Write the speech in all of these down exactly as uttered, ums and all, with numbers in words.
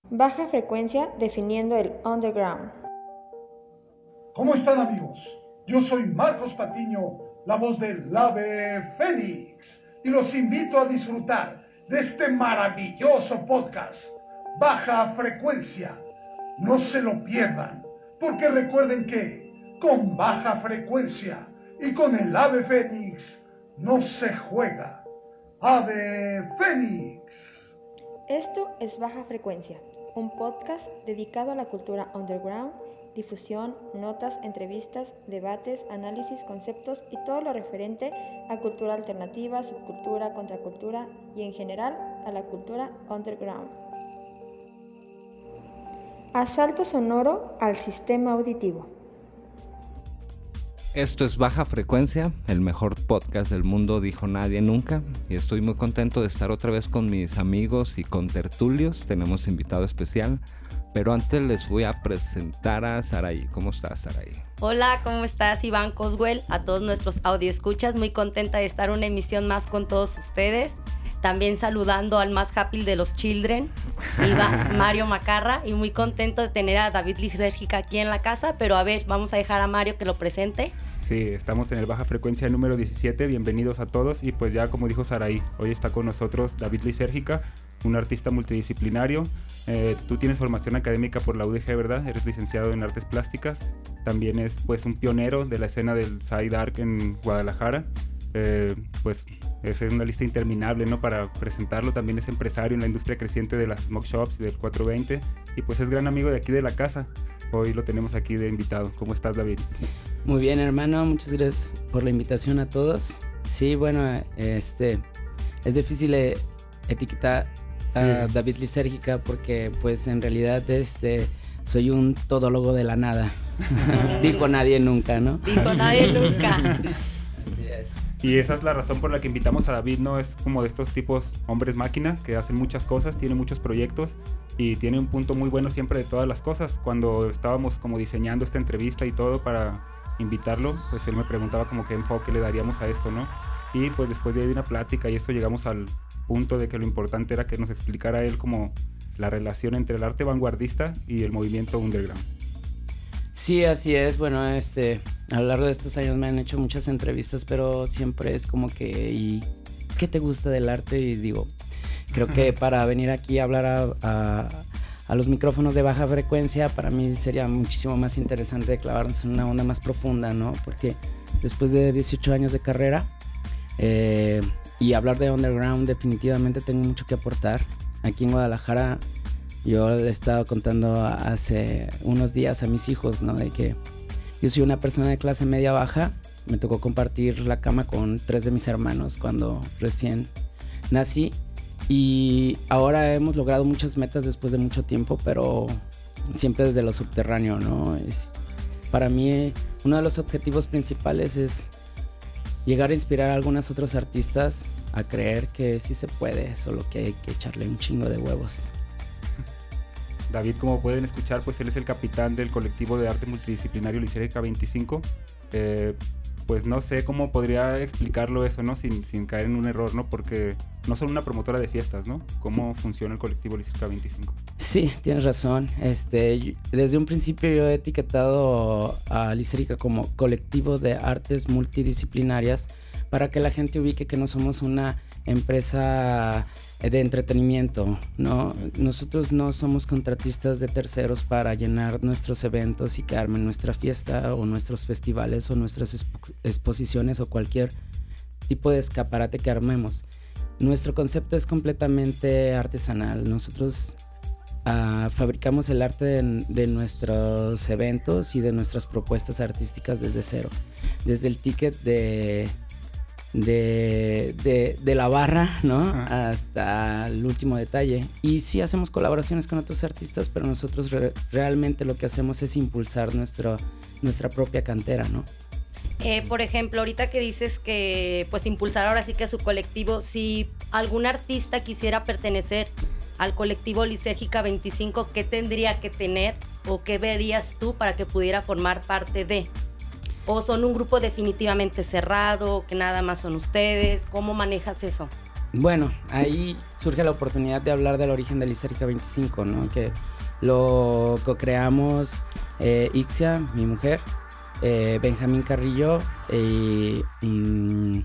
Baja frecuencia definiendo el underground. ¿Cómo están, amigos? Yo soy Marcos Patiño, la voz del Ave Fénix, y los invito a disfrutar de este maravilloso podcast, Baja Frecuencia. No se lo pierdan, porque recuerden que con Baja Frecuencia y con el Ave Fénix no se juega. Ave Fénix. Esto es Baja Frecuencia, un podcast dedicado a la cultura underground, difusión, notas, entrevistas, debates, análisis, conceptos y todo lo referente a cultura alternativa, subcultura, contracultura y en general a la cultura underground. Asalto sonoro al sistema auditivo. Esto es Baja Frecuencia, el mejor podcast del mundo, dijo nadie nunca, y estoy muy contento de estar otra vez con mis amigos y con tertulios. Tenemos invitado especial, pero antes les voy a presentar a Saraí. ¿Cómo estás, Saraí? Hola, ¿cómo estás, Iván Coswell? A todos nuestros audioescuchas, muy contenta de estar una emisión más con todos ustedes. También saludando al más happy de los children, Iván, Mario Macarra, y muy contento de tener a David Lisérgica aquí en la casa, pero a ver, vamos a dejar a Mario que lo presente. Sí, estamos en el Baja Frecuencia número diecisiete, bienvenidos a todos, y pues ya como dijo Saraí, hoy está con nosotros David Lisérgica, un artista multidisciplinario. Eh, tú tienes formación académica por la U D G, ¿verdad? Eres licenciado en Artes Plásticas, también es pues un pionero de la escena del Side Art en Guadalajara. Eh, pues es una lista interminable, ¿no? Para presentarlo. También es empresario en la industria creciente de las smoke shops y del cuatrocientos veinte, y pues es gran amigo de aquí de la casa. Hoy lo tenemos aquí de invitado. ¿Cómo estás, David? Muy bien, hermano, muchas gracias por la invitación a todos. Sí, bueno, este es difícil etiquetar a sí. David Lisérgica porque pues en realidad este soy un todólogo de la nada. Dijo nadie nunca, ¿no? Dijo nadie nunca. Así es. Y esa es la razón por la que invitamos a David, ¿no? Es como de estos tipos hombres máquina que hacen muchas cosas, tiene muchos proyectos y tiene un punto muy bueno siempre de todas las cosas. Cuando estábamos como diseñando esta entrevista y todo para invitarlo, pues él me preguntaba como qué enfoque le daríamos a esto, ¿no? Y pues después de una plática y eso llegamos al punto de que lo importante era que nos explicara él como la relación entre el arte vanguardista y el movimiento underground. Sí, así es. Bueno, este, a lo largo de estos años me han hecho muchas entrevistas, pero siempre es como que, ¿y qué te gusta del arte? Y digo, creo que para venir aquí a hablar a, a, a los micrófonos de Baja Frecuencia, para mí sería muchísimo más interesante clavarnos en una onda más profunda, ¿no? Porque después de dieciocho años de carrera eh, y hablar de underground, definitivamente tengo mucho que aportar. Aquí en Guadalajara, yo le estaba contando hace unos días a mis hijos, ¿no? De que yo soy una persona de clase media baja. Me tocó compartir la cama con tres de mis hermanos cuando recién nací. Y ahora hemos logrado muchas metas después de mucho tiempo, pero siempre desde lo subterráneo, ¿no? Es, para mí, uno de los objetivos principales es llegar a inspirar a algunos otros artistas a creer que sí se puede, solo que hay que echarle un chingo de huevos. David, como pueden escuchar, pues él es el capitán del colectivo de arte multidisciplinario Lisérgica veinticinco. Eh, pues no sé cómo podría explicarlo eso, ¿no? Sin, sin caer en un error, ¿no? Porque no son una promotora de fiestas, ¿no? ¿Cómo funciona el colectivo Lisérgica veinticinco? Sí, tienes razón. Este, desde un principio yo he etiquetado a Lisérgica como colectivo de artes multidisciplinarias para que la gente ubique que no somos una empresa de entretenimiento, ¿no? Nosotros no somos contratistas de terceros para llenar nuestros eventos y que armen nuestra fiesta o nuestros festivales o nuestras expo- exposiciones o cualquier tipo de escaparate que armemos. Nuestro concepto es completamente artesanal. Nosotros uh, fabricamos el arte de, de nuestros eventos y de nuestras propuestas artísticas desde cero. Desde el ticket de... De, de, de la barra, ¿no? Ah. Hasta el último detalle. Y sí hacemos colaboraciones con otros artistas, pero nosotros re- realmente lo que hacemos es impulsar nuestro, nuestra propia cantera, ¿no? Eh, por ejemplo, ahorita que dices que pues impulsar ahora sí que a su colectivo, si algún artista quisiera pertenecer al colectivo Lisérgica veinticinco, ¿qué tendría que tener o qué verías tú para que pudiera formar parte de? ¿O son un grupo definitivamente cerrado, que nada más son ustedes? ¿Cómo manejas eso? Bueno, ahí surge la oportunidad de hablar del origen de Lisérgica veinticinco, ¿no? Que lo co-creamos eh, Ixia, mi mujer, eh, Benjamín Carrillo y mm,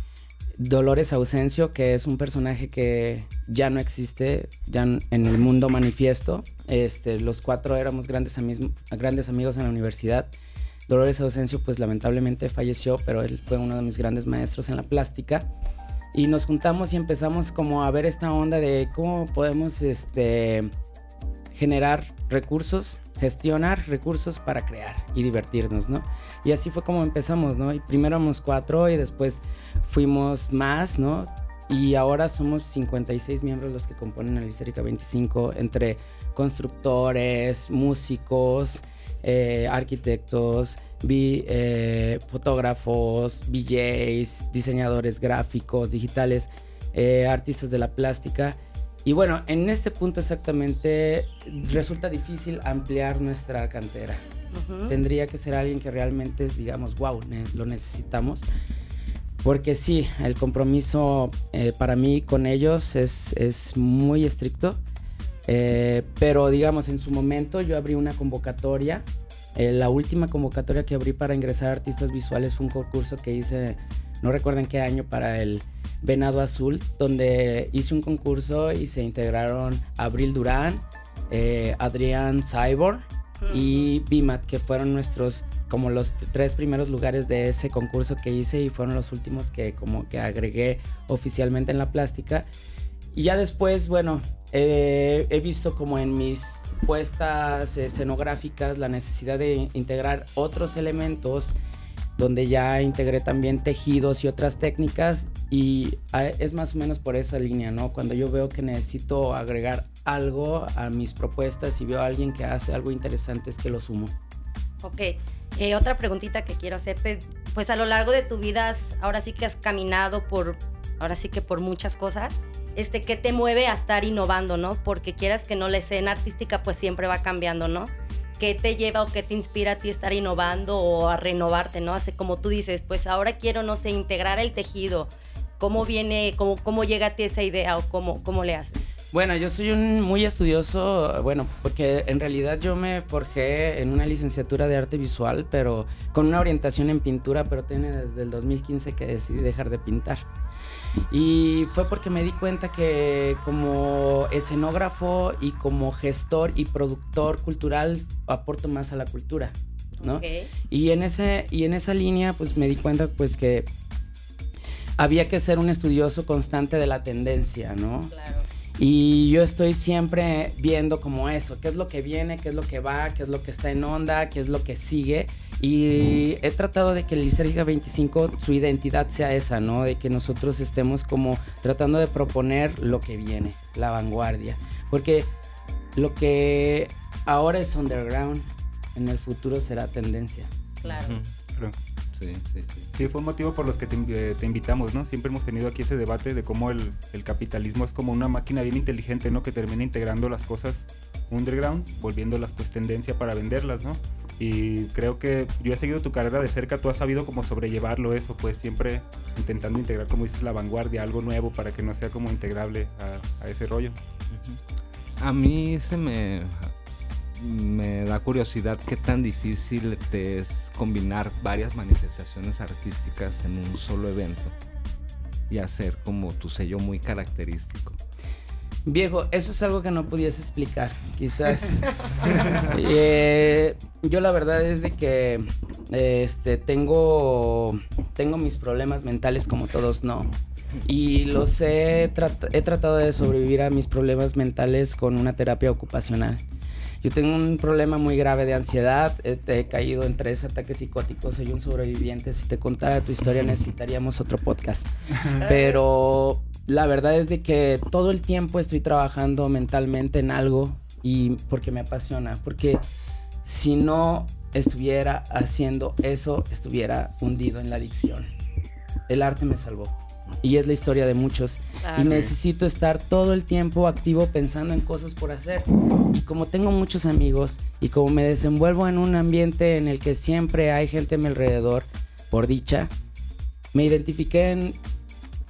Dolores Ausencio, que es un personaje que ya no existe ya en el mundo manifiesto. Este, los cuatro éramos grandes, ami- grandes amigos en la universidad. Dolores Ausencio pues lamentablemente falleció, pero él fue uno de mis grandes maestros en la plástica. Y nos juntamos y empezamos como a ver esta onda de cómo podemos este, generar recursos, gestionar recursos para crear y divertirnos, ¿no? Y así fue como empezamos, ¿no? Y primero éramos cuatro y después fuimos más, ¿no? Y ahora somos cincuenta y seis miembros los que componen la Lisérgica veinticinco, entre constructores, músicos, eh, arquitectos, vi, eh, fotógrafos, V Js, diseñadores gráficos, digitales, eh, artistas de la plástica. Y bueno, en este punto exactamente resulta difícil ampliar nuestra cantera. Uh-huh. Tendría que ser alguien que realmente digamos, wow, ne- lo necesitamos. Porque sí, el compromiso eh, para mí con ellos es, es muy estricto. Eh, pero digamos, en su momento yo abrí una convocatoria. Eh, la última convocatoria que abrí para ingresar a artistas visuales fue un concurso que hice, no recuerdo en qué año, para el Venado Azul, donde hice un concurso y se integraron Abril Durán, eh, Adrián Cyborg uh-huh. y Bimat, que fueron nuestros, como los tres primeros lugares de ese concurso que hice y fueron los últimos que como que agregué oficialmente en la plástica. Y ya después, bueno, eh, he visto como en mis puestas escenográficas la necesidad de integrar otros elementos, donde ya integré también tejidos y otras técnicas, y es más o menos por esa línea, ¿no? Cuando yo veo que necesito agregar algo a mis propuestas y veo a alguien que hace algo interesante, es que lo sumo. Ok, eh, otra preguntita que quiero hacerte, pues a lo largo de tu vida, has, ahora sí que has caminado por, ahora sí que por muchas cosas. Este, ¿qué te mueve a estar innovando, no? Porque quieras que no, la escena artística pues siempre va cambiando, ¿no? ¿Qué te lleva o qué te inspira a ti a estar innovando o a renovarte, ¿no? Así como tú dices, pues ahora quiero, no sé, integrar el tejido. ¿Cómo viene, cómo, cómo llega a ti esa idea o cómo, cómo le haces? Bueno, yo soy un muy estudioso, bueno, porque en realidad yo me forjé en una licenciatura de arte visual, pero con una orientación en pintura, pero tiene desde el dos mil quince que decidí dejar de pintar. Y fue porque me di cuenta que como escenógrafo y como gestor y productor cultural aporto más a la cultura, ¿no? Okay. Y en ese y en esa línea pues me di cuenta pues que había que ser un estudioso constante de la tendencia, ¿no? Claro. Y yo estoy siempre viendo como eso, qué es lo que viene, qué es lo que va, qué es lo que está en onda, qué es lo que sigue. Y he tratado de que Lisérgica veinticinco, su identidad sea esa, ¿no? De que nosotros estemos como tratando de proponer lo que viene, la vanguardia. Porque lo que ahora es underground, en el futuro será tendencia. Claro. Claro. Sí, sí, sí. Sí, fue un motivo por los que te, te invitamos, ¿no? Siempre hemos tenido aquí ese debate de cómo el, el capitalismo es como una máquina bien inteligente, ¿no? Que termina integrando las cosas underground, volviéndolas pues tendencia para venderlas, ¿no? Y creo que yo he seguido tu carrera de cerca, tú has sabido cómo sobrellevarlo eso, pues siempre intentando integrar, como dices, la vanguardia, algo nuevo para que no sea como integrable a, a ese rollo. Uh-huh. A mí se me, me da curiosidad qué tan difícil te es combinar varias manifestaciones artísticas en un solo evento y hacer como tu sello muy característico. Viejo, eso es algo que no pudiese explicar, quizás. eh, yo la verdad es de que este, tengo, tengo mis problemas mentales como todos, ¿no? Y los he, trat- he tratado de sobrevivir a mis problemas mentales con una terapia ocupacional. Yo tengo un problema muy grave de ansiedad, he, he caído en tres ataques psicóticos, soy un sobreviviente. Si te contara tu historia necesitaríamos otro podcast. Pero la verdad es de que todo el tiempo estoy trabajando mentalmente en algo y porque me apasiona, porque si no estuviera haciendo eso, estuviera hundido en la adicción. El arte me salvó. Y es la historia de muchos. Claro. Y necesito estar todo el tiempo activo pensando en cosas por hacer. Y como tengo muchos amigos y como me desenvuelvo en un ambiente en el que siempre hay gente a mi alrededor, por dicha, me identifiqué en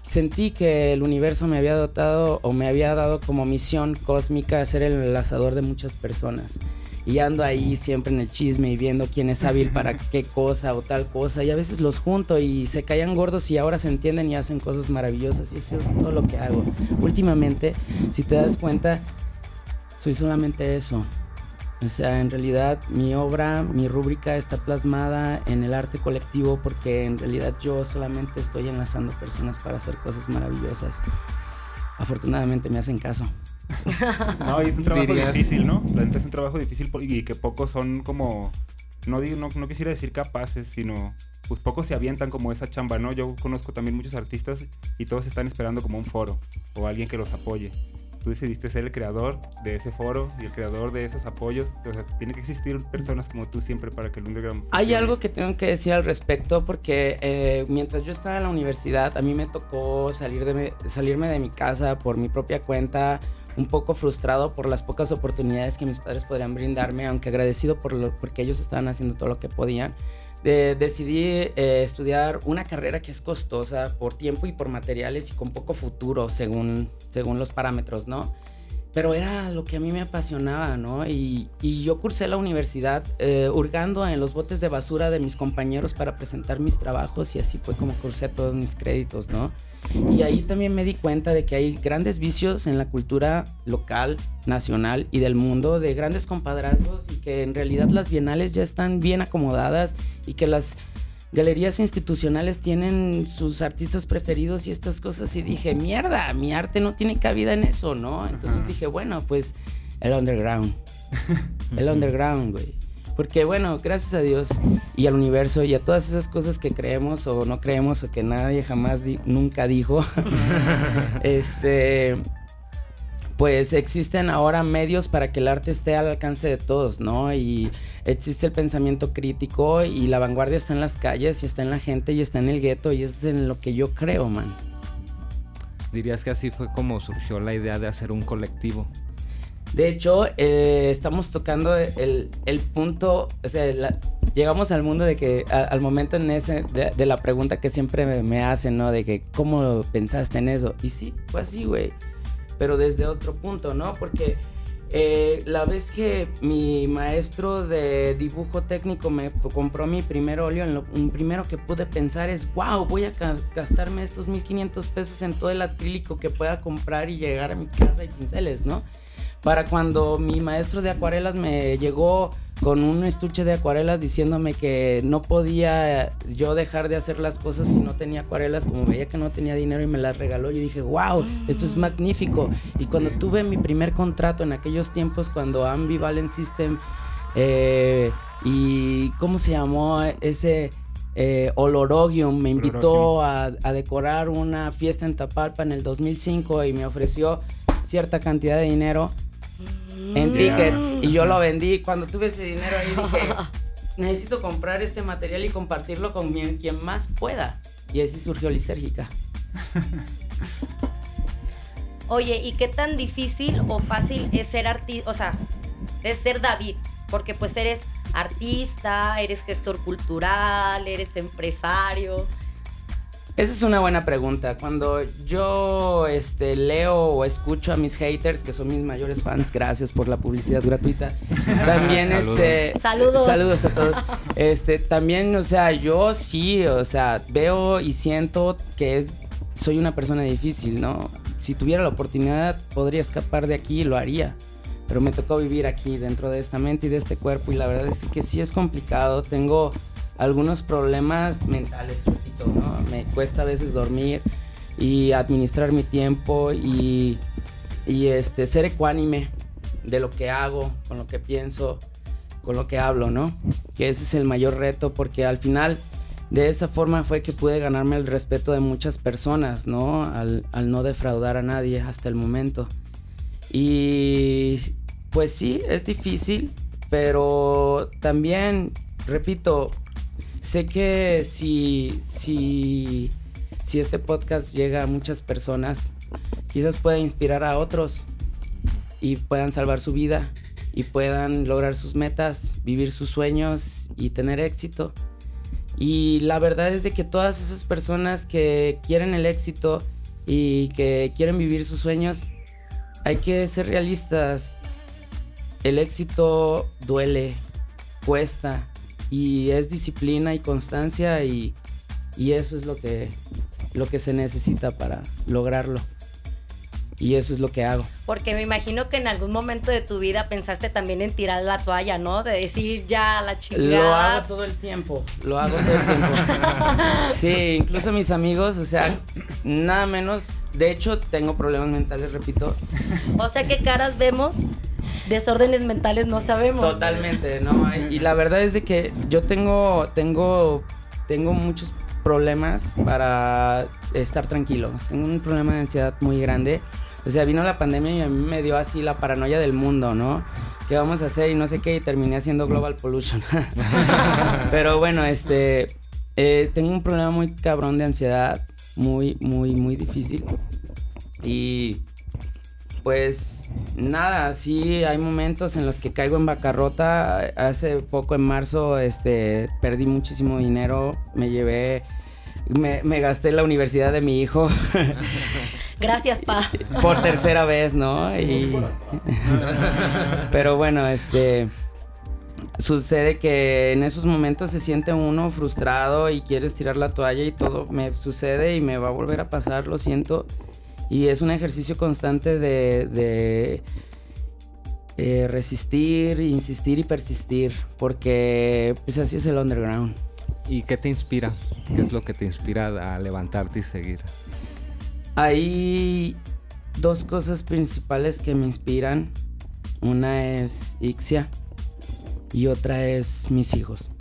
sentí que el universo me había dotado o me había dado como misión cósmica ser el enlazador de muchas personas. Y ando ahí siempre en el chisme y viendo quién es hábil para qué cosa o tal cosa. Y a veces los junto y se caían gordos y ahora se entienden y hacen cosas maravillosas. Y eso es todo lo que hago. Últimamente, si te das cuenta, soy solamente eso. O sea, en realidad mi obra, mi rúbrica está plasmada en el arte colectivo porque en realidad yo solamente estoy enlazando personas para hacer cosas maravillosas. Afortunadamente me hacen caso. No, y es un trabajo Dirías... difícil, ¿no? La neta es un trabajo difícil y que pocos son como, no digo, no, no quisiera decir capaces, sino pues pocos se avientan como esa chamba, ¿no? Yo conozco también muchos artistas y todos están esperando como un foro o alguien que los apoye. Tú decidiste ser el creador de ese foro y el creador de esos apoyos. O sea, tiene que existir personas como tú siempre para que el underground funcione. Hay algo que tengo que decir al respecto porque eh, mientras yo estaba en la universidad, a mí me tocó salir de me, salirme de mi casa por mi propia cuenta, un poco frustrado por las pocas oportunidades que mis padres podrían brindarme, aunque agradecido por lo, porque ellos estaban haciendo todo lo que podían. De, decidí eh, estudiar una carrera que es costosa por tiempo y por materiales y con poco futuro según, según los parámetros, ¿no? Pero era lo que a mí me apasionaba, ¿no? Y, y yo cursé la universidad eh, hurgando en los botes de basura de mis compañeros para presentar mis trabajos y así fue como cursé todos mis créditos, ¿no? Y ahí también me di cuenta de que hay grandes vicios en la cultura local, nacional y del mundo, de grandes compadrazgos y que en realidad las bienales ya están bien acomodadas y que las galerías institucionales tienen sus artistas preferidos y estas cosas y dije, mierda, mi arte no tiene cabida en eso, ¿no? Entonces dije, bueno, pues el underground, el underground, güey. Porque bueno, gracias a Dios y al universo y a todas esas cosas que creemos o no creemos o que nadie jamás, di- nunca dijo, este... pues existen ahora medios para que el arte esté al alcance de todos, ¿no? Y existe el pensamiento crítico y la vanguardia está en las calles y está en la gente y está en el gueto y es en lo que yo creo, man. Dirías que así fue como surgió la idea de hacer un colectivo. De hecho, eh, estamos tocando el, el punto, o sea, la, llegamos al mundo de que, a, al momento en ese, de, de la pregunta que siempre me, me hacen, ¿no? De que, ¿cómo pensaste en eso? Y sí, fue así, güey. Pero desde otro punto, ¿no? Porque eh, la vez que mi maestro de dibujo técnico me compró mi primer óleo, en lo un primero que pude pensar es, wow, voy a ca- gastarme estos mil quinientos pesos en todo el acrílico que pueda comprar y llegar a mi casa y pinceles, ¿no? Para cuando mi maestro de acuarelas me llegó con un estuche de acuarelas diciéndome que no podía yo dejar de hacer las cosas si no tenía acuarelas, como veía que no tenía dinero y me las regaló, yo dije, wow, esto es magnífico. Y cuando tuve mi primer contrato en aquellos tiempos, cuando Ambivalent System eh, y ¿cómo se llamó ese? Eh, Olorogium me invitó a, a decorar una fiesta en Tapalpa en el dos mil cinco y me ofreció cierta cantidad de dinero en Yeah. tickets y yo lo vendí. Cuando tuve ese dinero ahí dije, necesito comprar este material y compartirlo con quien, quien más pueda, y así surgió Lisérgica. Oye, ¿y qué tan difícil o fácil es ser artista, o sea, es ser David? Porque pues eres artista, eres gestor cultural, eres empresario. Esa es una buena pregunta. Cuando yo este, leo o escucho a mis haters, que son mis mayores fans, gracias por la publicidad gratuita. También, Saludos. este... Saludos. Saludos a todos. Este, también, o sea, yo sí, o sea, veo y siento que es, soy una persona difícil, ¿no? Si tuviera la oportunidad, podría escapar de aquí y lo haría. Pero me tocó vivir aquí, dentro de esta mente y de este cuerpo, y la verdad es que sí es complicado. Tengo algunos problemas mentales, repito, ¿no? Me cuesta a veces dormir y administrar mi tiempo y, y este, ser ecuánime de lo que hago, con lo que pienso, con lo que hablo, ¿no? Que ese es el mayor reto, porque al final de esa forma fue que pude ganarme el respeto de muchas personas, ¿no? Al, al no defraudar a nadie hasta el momento. Y pues sí, es difícil, pero también, repito, sé que si, si, si este podcast llega a muchas personas, quizás pueda inspirar a otros y puedan salvar su vida y puedan lograr sus metas, vivir sus sueños y tener éxito. Y la verdad es de que todas esas personas que quieren el éxito y que quieren vivir sus sueños, hay que ser realistas. El éxito duele, cuesta, y es disciplina y constancia, y, y eso es lo que, lo que se necesita para lograrlo. Y eso es lo que hago. Porque me imagino que en algún momento de tu vida pensaste también en tirar la toalla, ¿no? De decir ya la chingada. Lo hago todo el tiempo, lo hago todo el tiempo. Sí, incluso mis amigos, o sea, nada menos. De hecho, tengo problemas mentales, repito. O sea, ¿qué caras vemos? Desórdenes mentales no sabemos. Totalmente, ¿no? Y la verdad es de que yo tengo, tengo, tengo muchos problemas para estar tranquilo. Tengo un problema de ansiedad muy grande. O sea, vino la pandemia y a mí me dio así la paranoia del mundo, ¿no? ¿Qué vamos a hacer? Y no sé qué, y terminé haciendo Global Pollution. Pero bueno, este, eh, tengo un problema muy cabrón de ansiedad, muy, muy, muy difícil. Y pues nada, sí hay momentos en los que caigo en bancarrota. Hace poco, en marzo, este, perdí muchísimo dinero, me llevé... Me, me gasté la universidad de mi hijo. Gracias, pa. Por tercera vez, ¿no? Y... Pero bueno, este... Sucede que en esos momentos se siente uno frustrado y quieres tirar la toalla y todo. Me sucede y me va a volver a pasar, lo siento. Y es un ejercicio constante de... de eh, resistir, insistir y persistir. Porque pues así es el underground. ¿Y qué te inspira? ¿Qué es lo que te inspira a levantarte y seguir? Hay dos cosas principales que me inspiran. Una es Ixia y otra es mis hijos.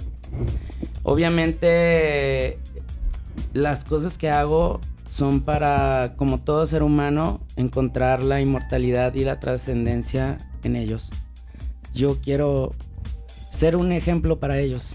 Obviamente las cosas que hago son para, como todo ser humano, encontrar la inmortalidad y la trascendencia en ellos. Yo quiero ser un ejemplo para ellos.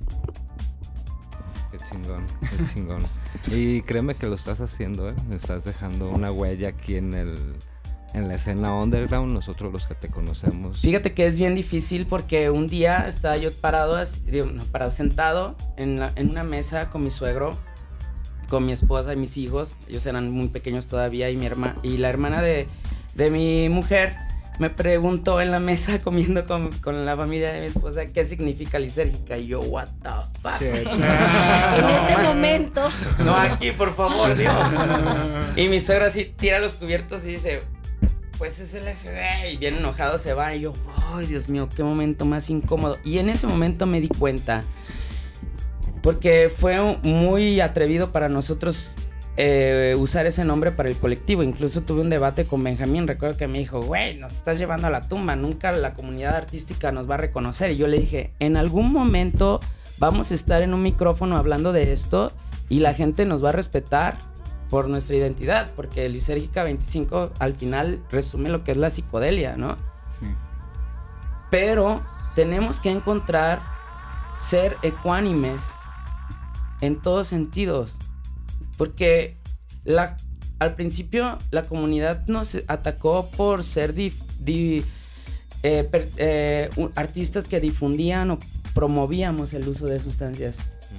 Qué chingón, qué chingón. Y créeme que lo estás haciendo, ¿eh? Estás dejando una huella aquí en el, en la escena underground, nosotros los que te conocemos. Fíjate que es bien difícil porque un día estaba yo parado, digo, no, parado sentado en, la, en una mesa con mi suegro, con mi esposa y mis hijos. Ellos eran muy pequeños todavía y mi herma, y la hermana de, de mi mujer me preguntó en la mesa comiendo con, con la familia de mi esposa qué significa lisérgica, y yo, what the fuck. En este momento. No, aquí, por favor, Dios. Y mi suegro así tira los cubiertos y dice, pues es L S D, y bien enojado se va, y yo, ay, Dios mío, qué momento más incómodo. Y en ese momento me di cuenta, porque fue muy atrevido para nosotros Eh, usar ese nombre para el colectivo. Incluso tuve un debate con Benjamín. Recuerdo que me dijo, güey, nos estás llevando a la tumba, nunca la comunidad artística nos va a reconocer. Y yo le dije, en algún momento vamos a estar en un micrófono hablando de esto y la gente nos va a respetar por nuestra identidad, porque Lisérgica veinticinco al final resume lo que es la psicodelia, ¿no? Sí. Pero tenemos que encontrar ser ecuánimes en todos sentidos. Porque la, al principio la comunidad nos atacó por ser di, di, eh, per, eh, artistas que difundían o promovíamos el uso de sustancias,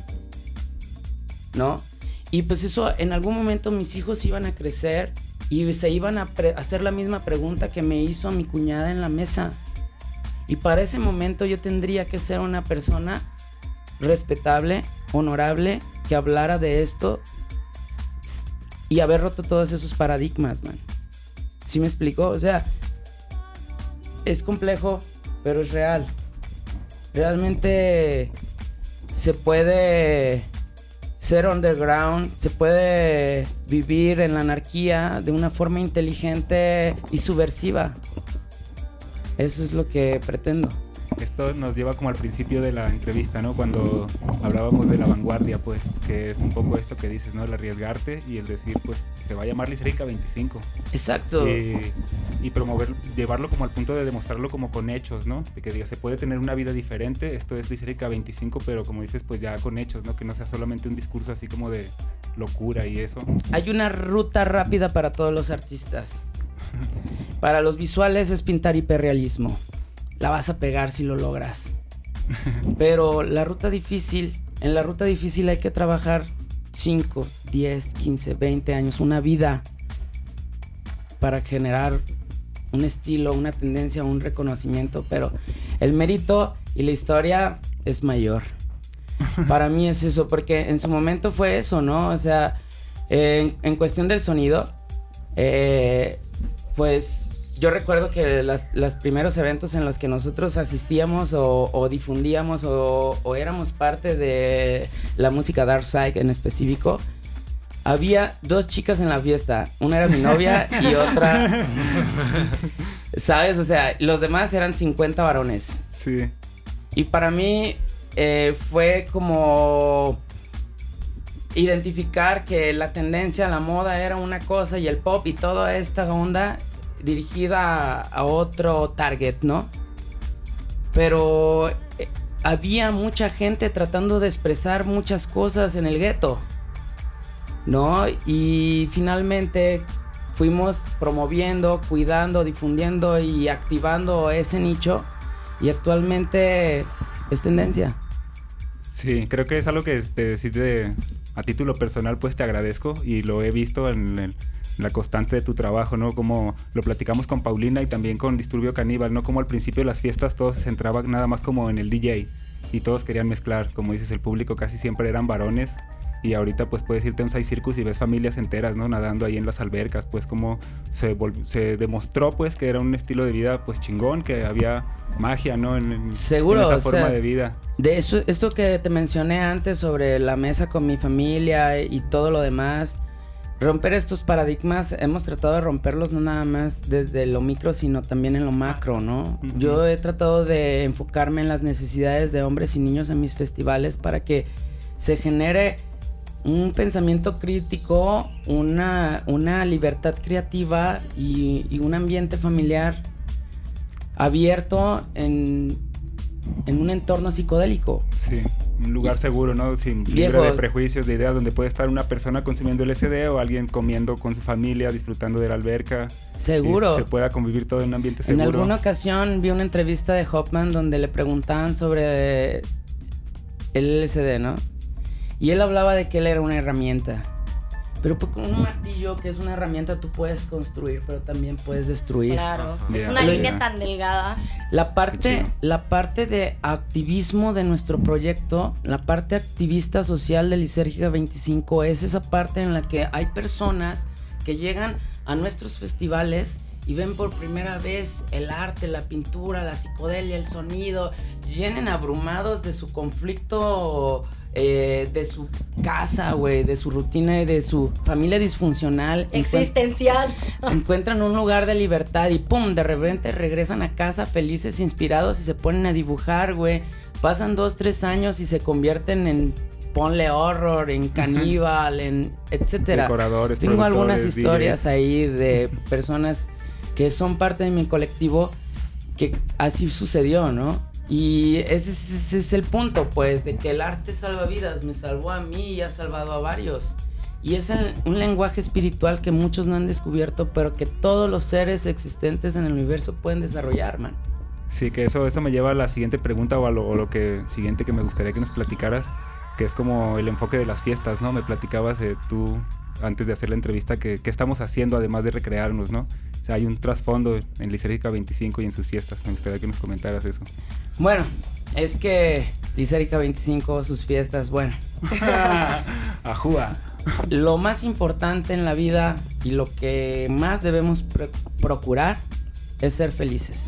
¿no? Y pues eso, en algún momento mis hijos iban a crecer y se iban a pre- hacer la misma pregunta que me hizo mi cuñada en la mesa. Y para ese momento yo tendría que ser una persona respetable, honorable, que hablara de esto y haber roto todos esos paradigmas, man. ¿Sí me explico? O sea, es complejo, pero es real. Realmente se puede ser underground, se puede vivir en la anarquía de una forma inteligente y subversiva. Eso es lo que pretendo. Esto nos lleva como al principio de la entrevista, ¿no? Cuando hablábamos de la vanguardia, pues, que es un poco esto que dices, ¿no? El arriesgarte y el decir, pues, se va a llamar Lisérgica veinticinco. Exacto. Y, y promover, llevarlo como al punto de demostrarlo como con hechos, ¿no? De que diga, se puede tener una vida diferente, esto es Lisérgica veinticinco, pero como dices, pues ya con hechos, ¿no? Que no sea solamente un discurso así como de locura y eso. Hay una ruta rápida para todos los artistas. Para los visuales es pintar hiperrealismo. La vas a pegar si lo logras. Pero la ruta difícil, en la ruta difícil hay que trabajar cinco, diez, quince, veinte años, una vida para generar un estilo, una tendencia, un reconocimiento, pero el mérito y la historia es mayor. Para mí es eso, porque en su momento fue eso, ¿no? O sea, eh, en, en cuestión del sonido, eh, pues yo recuerdo que las, los primeros eventos en los que nosotros asistíamos o, o difundíamos o, o éramos parte de la música Dark Side en específico, había dos chicas en la fiesta. Una era mi novia y otra... ¿Sabes? O sea, los demás eran cincuenta varones. Sí. Y para mí eh, fue como identificar que la tendencia, la moda era una cosa y el pop y toda esta onda dirigida a, a otro target, ¿no? Pero eh, había mucha gente tratando de expresar muchas cosas en el gueto, ¿no? Y finalmente fuimos promoviendo, cuidando, difundiendo y activando ese nicho y actualmente es tendencia. Sí, creo que es algo que te decide a título personal, pues te agradezco y lo he visto en, el, en la constante de tu trabajo, ¿no? Como lo platicamos con Paulina y también con Disturbio Caníbal, ¿no? Como al principio de las fiestas todos se centraban nada más como en el D J y todos querían mezclar, como dices, el público casi siempre eran varones. Y ahorita pues puedes irte a un Side Circus y ves familias enteras, ¿no? Nadando ahí en las albercas, pues como se, se demostró pues que era un estilo de vida pues chingón, que había magia, ¿no? En, en, Seguro, en esa o forma sea, de vida. De eso, esto que te mencioné antes sobre la mesa con mi familia y todo lo demás, romper estos paradigmas, hemos tratado de romperlos no nada más desde lo micro, sino también en lo macro, ¿no? Uh-huh. Yo he tratado de enfocarme en las necesidades de hombres y niños en mis festivales para que se genere un pensamiento crítico, una, una libertad creativa y, y un ambiente familiar abierto en, en un entorno psicodélico. Sí, un lugar seguro, ¿no? Sin libre de prejuicios, de ideas, donde puede estar una persona consumiendo L S D o alguien comiendo con su familia, disfrutando de la alberca. Seguro. Se pueda convivir todo en un ambiente seguro. En alguna ocasión vi una entrevista de Hoffman donde le preguntaban sobre el L S D, ¿no? Y él hablaba de que él era una herramienta. Pero pues con un martillo, que es una herramienta, tú puedes construir, pero también puedes destruir. Claro, yeah. es una yeah. línea tan delgada. La parte, la parte de activismo de nuestro proyecto, la parte activista social de Lisérgica veinticinco, es esa parte en la que hay personas que llegan a nuestros festivales y ven por primera vez el arte, la pintura, la psicodelia, el sonido, vienen abrumados de su conflicto, eh, de su casa, güey, de su rutina y de su familia disfuncional. Existencial. Encuent- encuentran un lugar de libertad y pum, de repente regresan a casa felices, inspirados y se ponen a dibujar, güey. Pasan dos, tres años y se convierten en ponle horror, en caníbal, en etcétera. Decoradores, Tengo algunas historias D Js. ahí de personas que son parte de mi colectivo que así sucedió, ¿no? Y ese, ese es el punto, pues, de que el arte salva vidas. Me salvó a mí y ha salvado a varios. Y es el, un lenguaje espiritual que muchos no han descubierto, pero que todos los seres existentes en el universo pueden desarrollar, man. Sí, que eso, eso me lleva a la siguiente pregunta o a lo, o lo que siguiente que me gustaría que nos platicaras, que es como el enfoque de las fiestas, ¿no? Me platicabas eh, tú antes de hacer la entrevista que, que estamos haciendo además de recrearnos, ¿no? O sea, hay un trasfondo en Lisérgica veinticinco y en sus fiestas. Me gustaría que nos comentaras eso. Bueno, es que Lisérgica veinticinco, sus fiestas, bueno. Ajúa. Lo más importante en la vida y lo que más debemos pro- procurar es ser felices.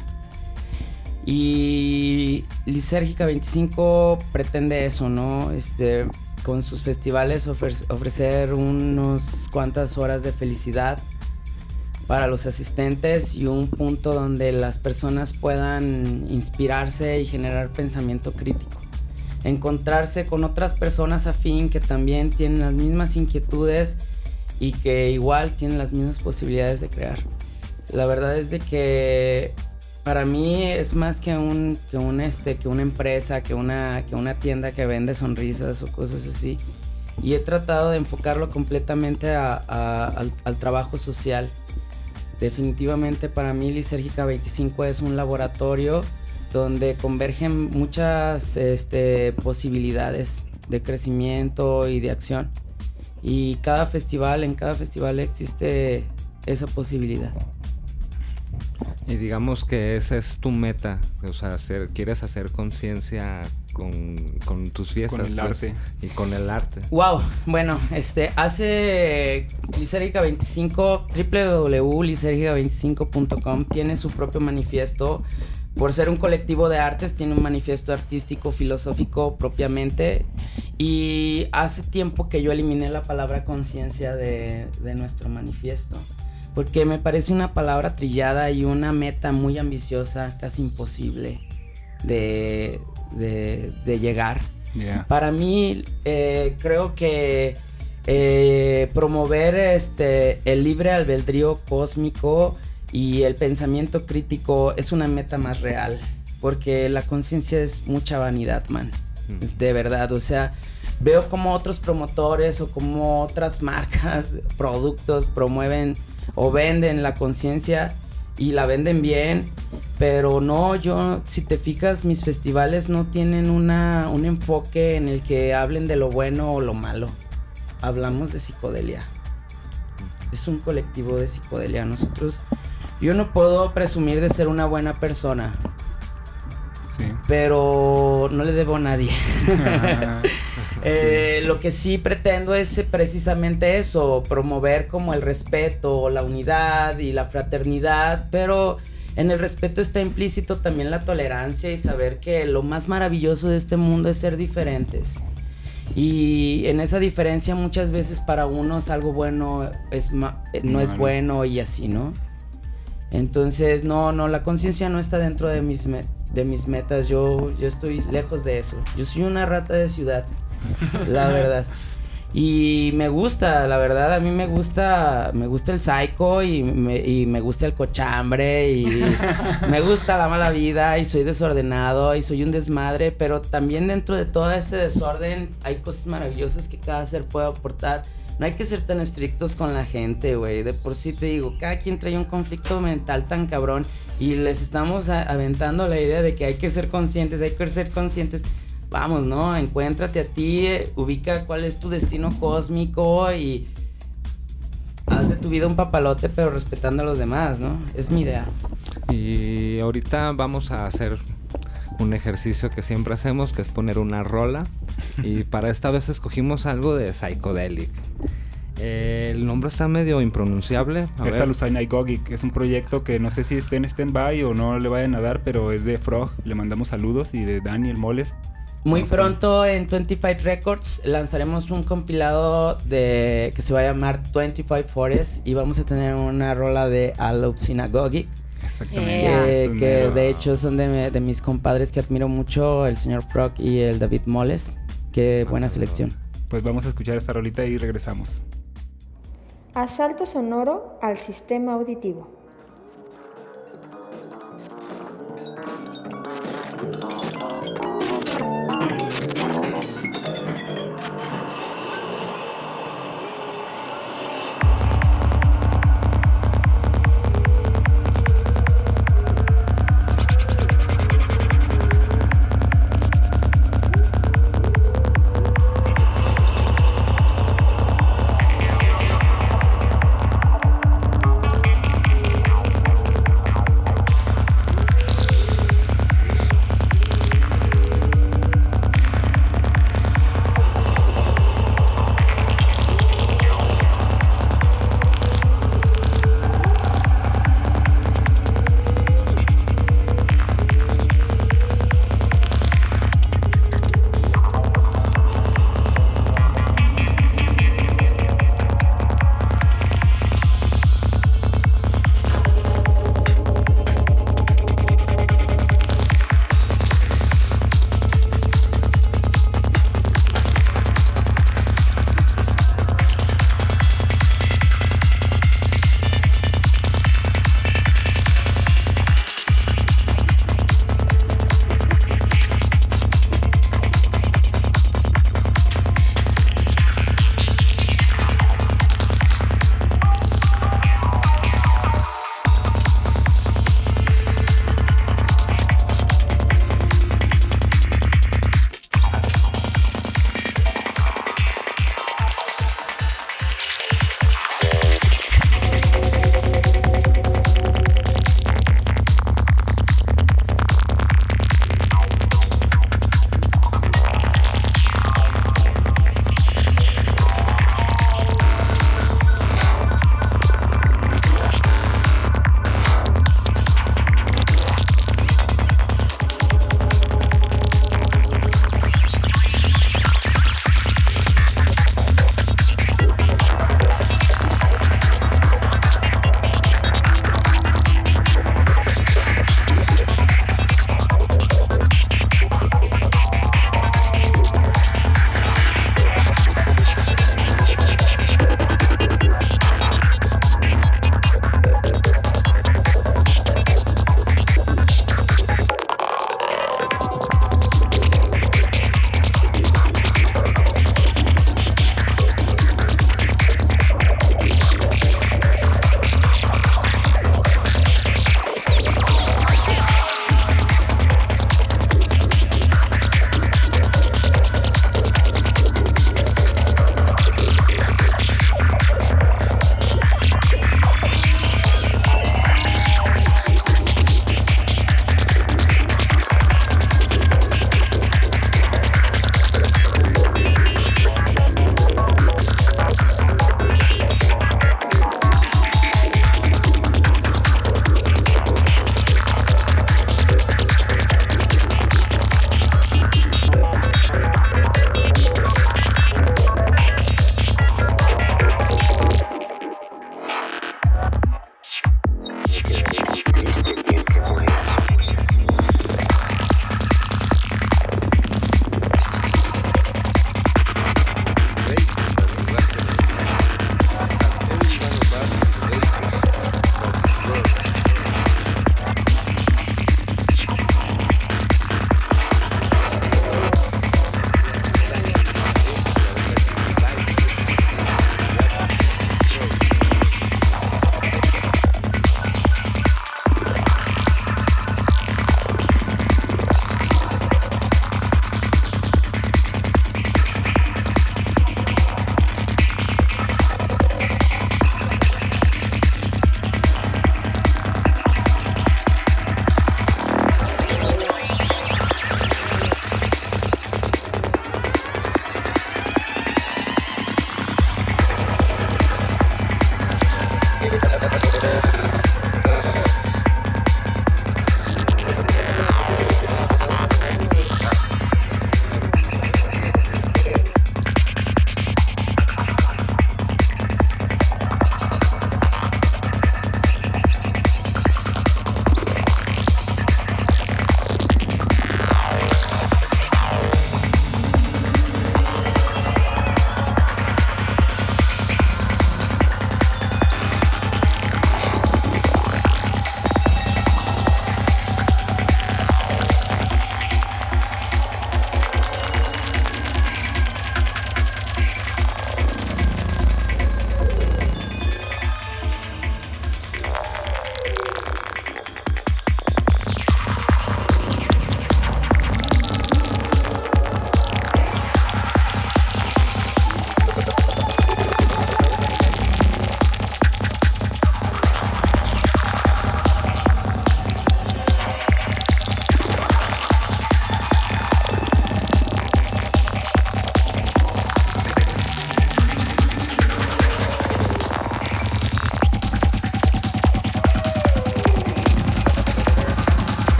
Y Lisérgica veinticinco pretende eso, ¿no? Este, con sus festivales ofre- ofrecer unos cuantas horas de felicidad para los asistentes y un punto donde las personas puedan inspirarse y generar pensamiento crítico. Encontrarse con otras personas afín que también tienen las mismas inquietudes y que igual tienen las mismas posibilidades de crear. La verdad es de que para mí es más que un que un este que una empresa, que una que una tienda que vende sonrisas o cosas así. Y he tratado de enfocarlo completamente a, a, al, al trabajo social. Definitivamente para mí Lisérgica veinticinco es un laboratorio donde convergen muchas este, posibilidades de crecimiento y de acción. Y cada festival, en cada festival existe esa posibilidad. Y digamos que esa es tu meta, o sea, hacer, quieres hacer conciencia con, con tus fiestas. Con el pues, arte. Y con el arte. Wow, bueno, este, hace Lisérgica veinticinco, doble u doble u doble u punto lisérgica veinticinco punto com tiene su propio manifiesto. Por ser un colectivo de artes, tiene un manifiesto artístico, filosófico propiamente. Y hace tiempo que yo eliminé la palabra conciencia de, de nuestro manifiesto. Porque me parece una palabra trillada y una meta muy ambiciosa, casi imposible de, de, de llegar. Yeah. Para mí, eh, creo que eh, promover este, el libre albedrío cósmico y el pensamiento crítico es una meta más real. Porque la conciencia es mucha vanidad, man. Mm. De verdad, o sea, veo como otros promotores o como otras marcas, productos promueven o venden la conciencia y la venden bien, pero no, yo, si te fijas, mis festivales no tienen una, un enfoque en el que hablen de lo bueno o lo malo. Hablamos de psicodelia. Es un colectivo de psicodelia. Nosotros, yo no puedo presumir de ser una buena persona, sí, pero no le debo a nadie. Eh, sí. Lo que sí pretendo es precisamente eso, promover como el respeto, la unidad y la fraternidad, pero en el respeto está implícito también la tolerancia y saber que lo más maravilloso de este mundo es ser diferentes. Y en esa diferencia muchas veces para unos algo bueno es ma- no es bueno y así, ¿no? Entonces, no, no, la conciencia no está dentro de mis, me- de mis metas, yo, yo estoy lejos de eso. Yo soy una rata de ciudad. La verdad. Y me gusta, la verdad, a mí me gusta, me gusta el psycho y me, y me gusta el cochambre y me gusta la mala vida y soy desordenado y soy un desmadre, pero también dentro de todo ese desorden hay cosas maravillosas que cada ser puede aportar. No hay que ser tan estrictos con la gente, güey. De por sí te digo, cada quien trae un conflicto mental tan cabrón y les estamos a- aventando la idea de que hay que ser conscientes, hay que ser conscientes. Vamos, ¿no? Encuéntrate a ti, eh, ubica cuál es tu destino cósmico y haz de tu vida un papalote, pero respetando a los demás, ¿no? Es mi idea. Y ahorita vamos a hacer un ejercicio que siempre hacemos, que es poner una rola. Y para esta vez escogimos algo de Psychedelic. Eh, el nombre está medio impronunciable. A es ver. Alucinai Gogic, es un proyecto que no sé si esté en stand-by o no le vayan a dar, pero es de Frog, le mandamos saludos, y de Daniel Moles. Muy Vamos pronto en veinticinco Records lanzaremos un compilado de que se va a llamar veinticinco Forest y vamos a tener una rola de Alucinai Gogic. Exactamente. Que, Yeah. que de hecho son de, de mis compadres que admiro mucho, el señor Frog y el David Moles. Qué buena selección. Pues vamos a escuchar esta rolita y regresamos. Asalto sonoro al sistema auditivo.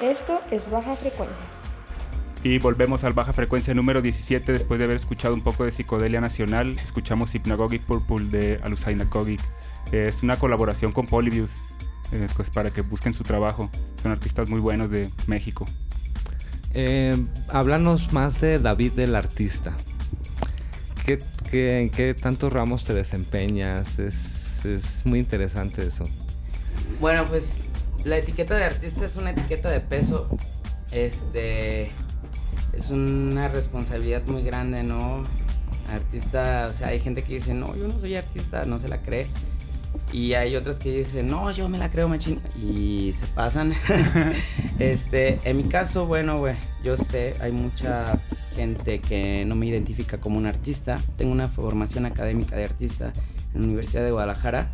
Esto es Baja Frecuencia. Y volvemos al Baja Frecuencia número diecisiete después de haber escuchado un poco de Psicodelia Nacional. Escuchamos Hypnagogic Purple de Alusaina Kogic. Es una colaboración con Polybius, eh, pues para que busquen su trabajo. Son artistas muy buenos de México. Eh, háblanos más de David el artista. ¿Qué, qué, ¿En qué tantos ramos te desempeñas? Es, es muy interesante eso. Bueno, pues la etiqueta de artista es una etiqueta de peso. Este... Es una responsabilidad muy grande, ¿no? Artista, o sea, hay gente que dice, no, yo no soy artista, no se la cree. Y hay otras que dicen, no, yo me la creo, machín. Y se pasan. este, en mi caso, bueno, güey, yo sé, hay mucha gente que no me identifica como un artista. Tengo una formación académica de artista en la Universidad de Guadalajara.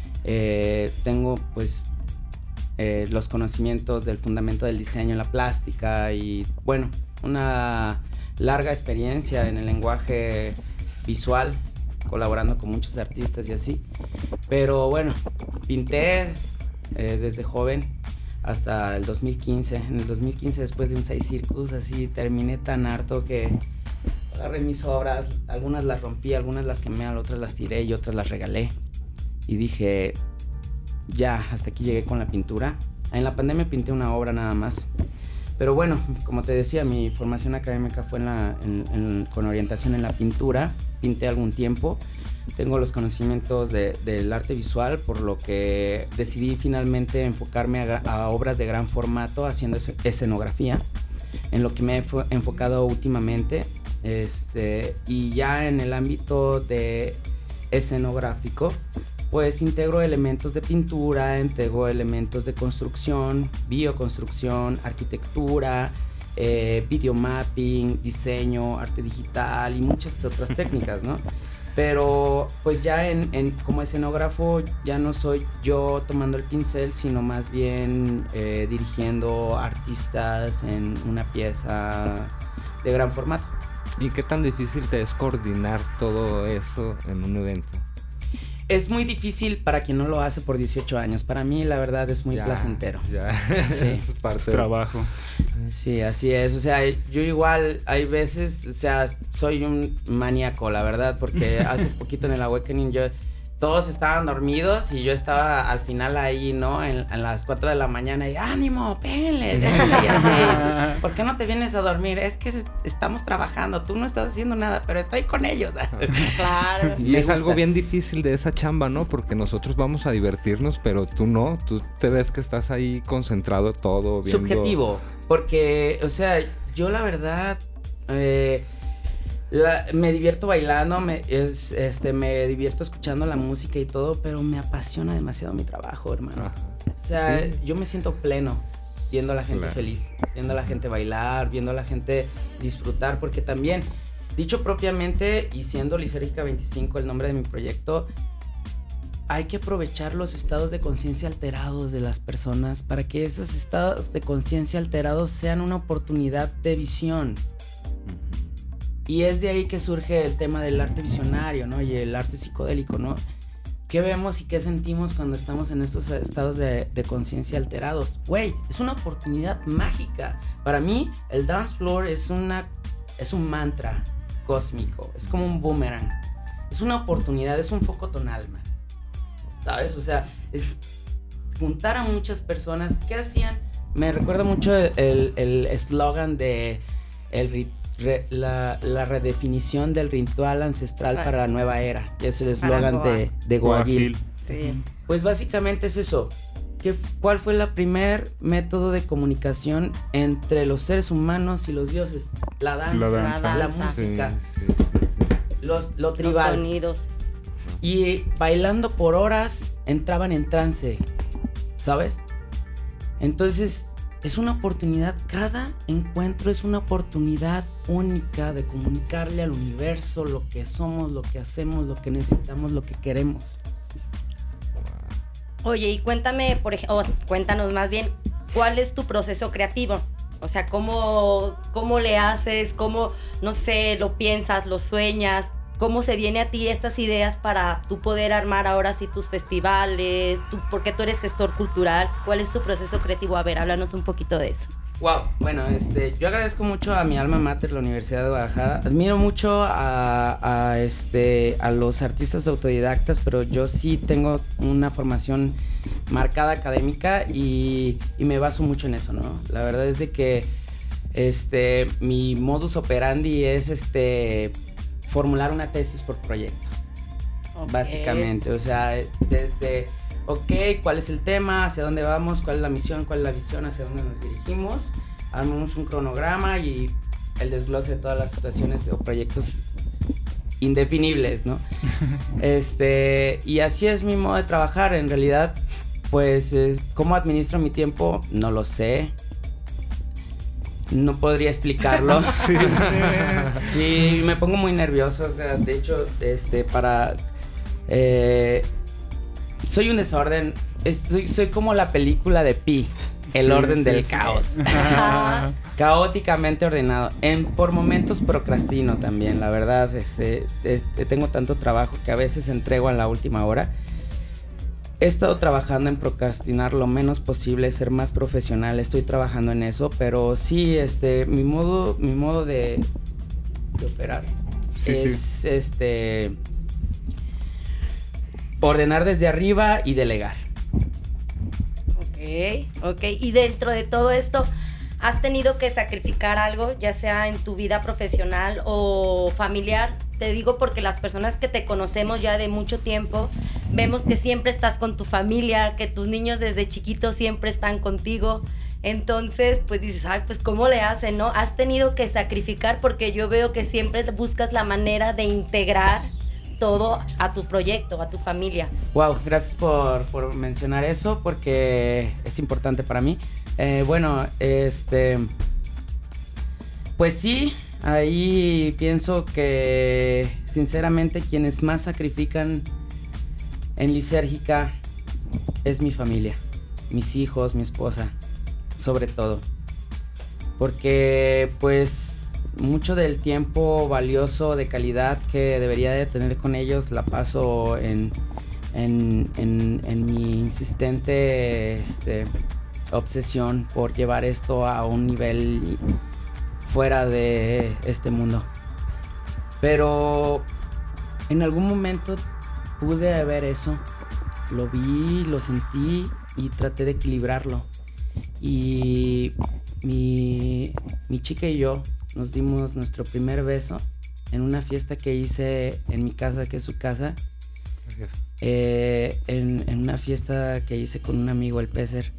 Eh, tengo, pues, eh, los conocimientos del fundamento del diseño en la plástica y, bueno, una larga experiencia en el lenguaje visual, colaborando con muchos artistas y así. Pero bueno, pinté eh, desde joven hasta el dos mil quince. En el dos mil quince, después de un seis circus, así terminé tan harto que agarré mis obras, algunas las rompí, algunas las quemé, otras las tiré y otras las regalé. Y dije, ya, hasta aquí llegué con la pintura. En la pandemia pinté una obra nada más. Pero bueno, como te decía, mi formación académica fue en la, en, en, con orientación en la pintura. Pinté algún tiempo. Tengo los conocimientos de, del arte visual, por lo que decidí finalmente enfocarme a, a obras de gran formato haciendo escenografía, en lo que me he enfocado últimamente. Este, y ya en el ámbito de escenográfico, pues integro elementos de pintura, integro elementos de construcción, bioconstrucción, arquitectura, eh, videomapping, diseño, arte digital y muchas otras técnicas, ¿no? Pero pues ya en, en, como escenógrafo ya no soy yo tomando el pincel, sino más bien eh, dirigiendo artistas en una pieza de gran formato. ¿Y qué tan difícil te es coordinar todo eso en un evento? Es muy difícil para quien no lo hace por dieciocho años. Para mí, la verdad, es muy ya, placentero. Ya, sí. Es parte del trabajo. Sí, así es. O sea, yo igual, hay veces, o sea, soy un maníaco, la verdad, porque hace poquito en el Awakening yo... Todos estaban dormidos y yo estaba al final ahí, ¿no? En, en las cuatro de la mañana y ¡ánimo, péguenle! Y así, ¿por qué no te vienes a dormir? Es que estamos trabajando, tú no estás haciendo nada, pero estoy con ellos. Claro. Y es algo bien difícil de esa chamba, ¿no? Porque nosotros vamos a divertirnos, pero tú no. Tú te ves que estás ahí concentrado todo, viendo... Subjetivo, porque, o sea, yo la verdad... Eh, La, me divierto bailando, me, es, este, me divierto escuchando la música y todo, pero me apasiona demasiado mi trabajo, hermano. Ajá. O sea, sí. Yo me siento pleno viendo a la gente claro. feliz, viendo a la gente bailar, viendo a la gente disfrutar, porque también, dicho propiamente y siendo Lisérgica veinticinco el nombre de mi proyecto, hay que aprovechar los estados de conciencia alterados de las personas para que esos estados de conciencia alterados sean una oportunidad de visión. Y es de ahí que surge el tema del arte visionario, ¿no? Y el arte psicodélico, ¿no? ¿Qué vemos y qué sentimos cuando estamos en estos estados de, de conciencia alterados? Güey, es una oportunidad mágica. Para mí, el dance floor es, una, es un mantra cósmico. Es como un boomerang. Es una oportunidad, es un foco tonal, man. ¿Sabes? O sea, es juntar a muchas personas. ¿Qué hacían? Me recuerda mucho el eslogan de el ritual. Re, la, la redefinición del ritual ancestral ah. para la nueva era, que es el eslogan de, de Goagil. Sí. Pues básicamente es eso. ¿Qué, ¿Cuál fue el primer método de comunicación entre los seres humanos y los dioses? La danza, la, danza. la música, sí, sí, sí, sí. Los, lo tribal. Los sonidos. Y bailando por horas entraban en trance, ¿sabes? Entonces... es una oportunidad, cada encuentro es una oportunidad única de comunicarle al universo lo que somos, lo que hacemos, lo que necesitamos, lo que queremos. Oye, y cuéntame, por ejemplo, oh, cuéntanos más bien, ¿cuál es tu proceso creativo? O sea, ¿cómo, cómo le haces? ¿Cómo, no sé, lo piensas, lo sueñas? ¿Cómo se viene a ti estas ideas para tú poder armar ahora sí tus festivales? Tú, porque tú eres gestor cultural. ¿Cuál es tu proceso creativo? A ver, háblanos un poquito de eso. Wow, bueno, este, yo agradezco mucho a mi alma mater, la Universidad de Guadalajara. Admiro mucho a, a, este, a los artistas autodidactas, pero yo sí tengo una formación marcada académica y, y me baso mucho en eso, ¿no? La verdad es de que este, mi modus operandi es este, formular una tesis por proyecto, okay. Básicamente. O sea, desde... ok, ¿cuál es el tema? ¿Hacia dónde vamos? ¿Cuál es la misión? ¿Cuál es la visión? ¿Hacia dónde nos dirigimos? Armamos un cronograma y el desglose de todas las situaciones o proyectos indefinibles, ¿no? este, y así es mi modo de trabajar. En realidad, pues, eh, ¿cómo administro mi tiempo? No lo sé. No podría explicarlo. Sí. Sí, me pongo muy nervioso. O sea, de hecho, este, para... Eh, soy un desorden, soy, soy como la película de Pi, el sí, orden sí, del sí. caos. Caóticamente ordenado. En, por momentos procrastino también, la verdad. Este, este, tengo tanto trabajo que a veces entrego a la última hora. He estado trabajando en procrastinar lo menos posible, ser más profesional. Estoy trabajando en eso, pero sí, este, mi modo, mi modo de, de operar sí, es sí. este... ordenar desde arriba y delegar. Ok, ok. Y dentro de todo esto, ¿has tenido que sacrificar algo, ya sea en tu vida profesional o familiar? Te digo porque las personas que te conocemos ya de mucho tiempo, vemos que siempre estás con tu familia, que tus niños desde chiquitos siempre están contigo. Entonces, pues dices, ay, pues ¿cómo le hacen, no? ¿Has tenido que sacrificar? Porque yo veo que siempre buscas la manera de integrar todo a tu proyecto, a tu familia. Wow, gracias por, por mencionar eso porque es importante para mí. Eh, bueno, este, pues sí, ahí pienso que sinceramente quienes más sacrifican en Lisérgica es mi familia, mis hijos, mi esposa, sobre todo, porque pues mucho del tiempo valioso de calidad que debería de tener con ellos la paso en, en, en, en mi insistente este, obsesión por llevar esto a un nivel fuera de este mundo. Pero en algún momento pude ver eso, lo vi, lo sentí y traté de equilibrarlo. Y mi, mi chica y yo nos dimos nuestro primer beso en una fiesta que hice en mi casa, que es su casa. Gracias. Eh, en, en una fiesta que hice con un amigo, el Pécer.